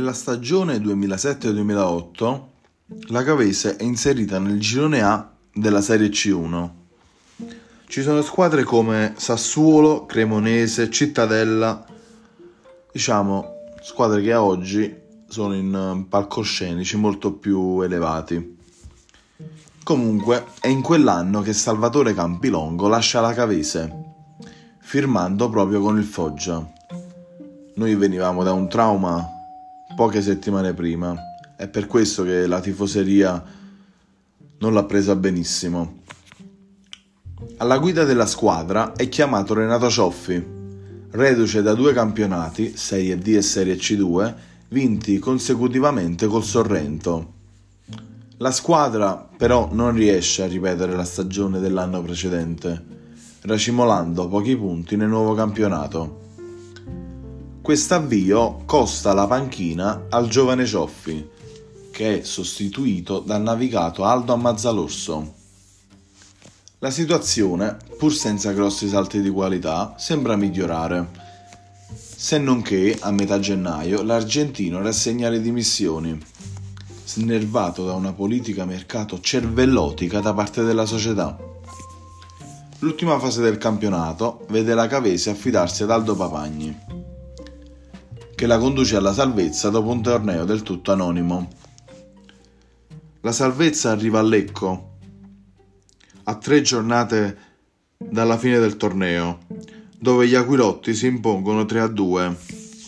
Nella stagione 2007-2008 la Cavese è inserita nel girone A della Serie C1. Ci sono squadre come Sassuolo, Cremonese, Cittadella, squadre che a oggi sono in palcoscenici molto più elevati. Comunque è in quell'anno che Salvatore Campilongo lascia la Cavese, firmando proprio con il Foggia. Noi venivamo da un trauma poche settimane prima, è per questo che la tifoseria non l'ha presa benissimo. Alla guida della squadra è chiamato Renato Cioffi, reduce da 2 campionati, Serie D e Serie C2, vinti consecutivamente col Sorrento. La squadra però non riesce a ripetere la stagione dell'anno precedente, racimolando pochi punti nel nuovo campionato. Quest'avvio costa la panchina al giovane Cioffi, che è sostituito dal navigato Aldo Ammazzalorso. La situazione, pur senza grossi salti di qualità, sembra migliorare, se non che a metà gennaio l'argentino rassegna le dimissioni, snervato da una politica mercato cervellotica da parte della società. L'ultima fase del campionato vede la Cavese affidarsi ad Aldo Papagni, che la conduce alla salvezza dopo un torneo del tutto anonimo. La salvezza arriva a Lecco, a 3 giornate dalla fine del torneo, dove gli Aquilotti si impongono 3-2.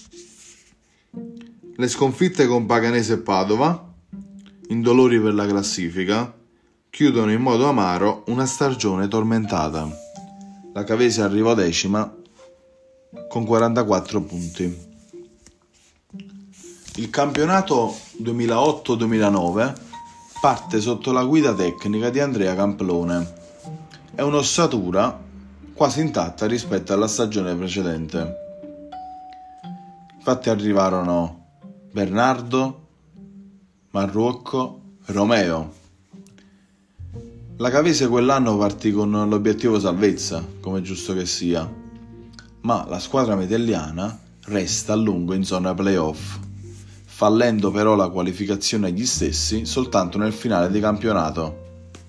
Le sconfitte con Paganese e Padova, indolori per la classifica, chiudono in modo amaro una stagione tormentata. La Cavese arriva 10ª con 44 punti. Il campionato 2008-2009 parte sotto la guida tecnica di Andrea Camplone. È un'ossatura quasi intatta rispetto alla stagione precedente. Infatti arrivarono Bernardo, Marruocco, Romeo. La Cavese quell'anno partì con l'obiettivo salvezza, come è giusto che sia, ma la squadra metelliana resta a lungo in zona playoff, fallendo però la qualificazione agli stessi soltanto nel finale di campionato.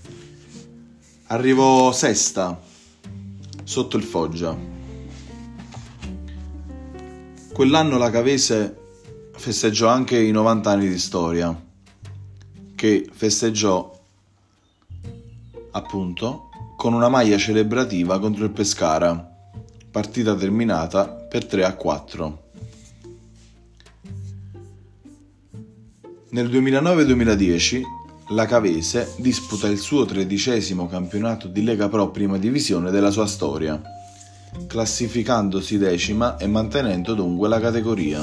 Arrivò 6ª, sotto il Foggia. Quell'anno la Cavese festeggiò anche i 90 anni di storia, che festeggiò appunto con una maglia celebrativa contro il Pescara, partita terminata per 3-4. Nel 2009-2010 la Cavese disputa il suo 13° campionato di Lega Pro Prima Divisione della sua storia, classificandosi 10ª e mantenendo dunque la categoria.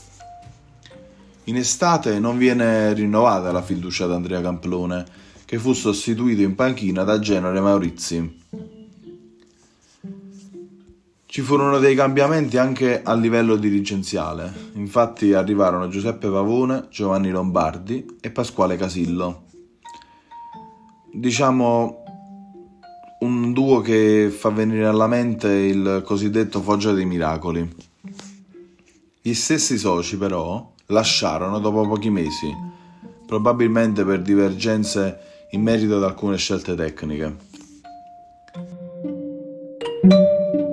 In estate non viene rinnovata la fiducia ad Andrea Camplone, che fu sostituito in panchina da Genore Maurizi. Ci furono dei cambiamenti anche a livello dirigenziale, infatti arrivarono Giuseppe Pavone, Giovanni Lombardi e Pasquale Casillo. Un duo che fa venire alla mente il cosiddetto Foggia dei Miracoli. Gli stessi soci però lasciarono dopo pochi mesi, probabilmente per divergenze in merito ad alcune scelte tecniche.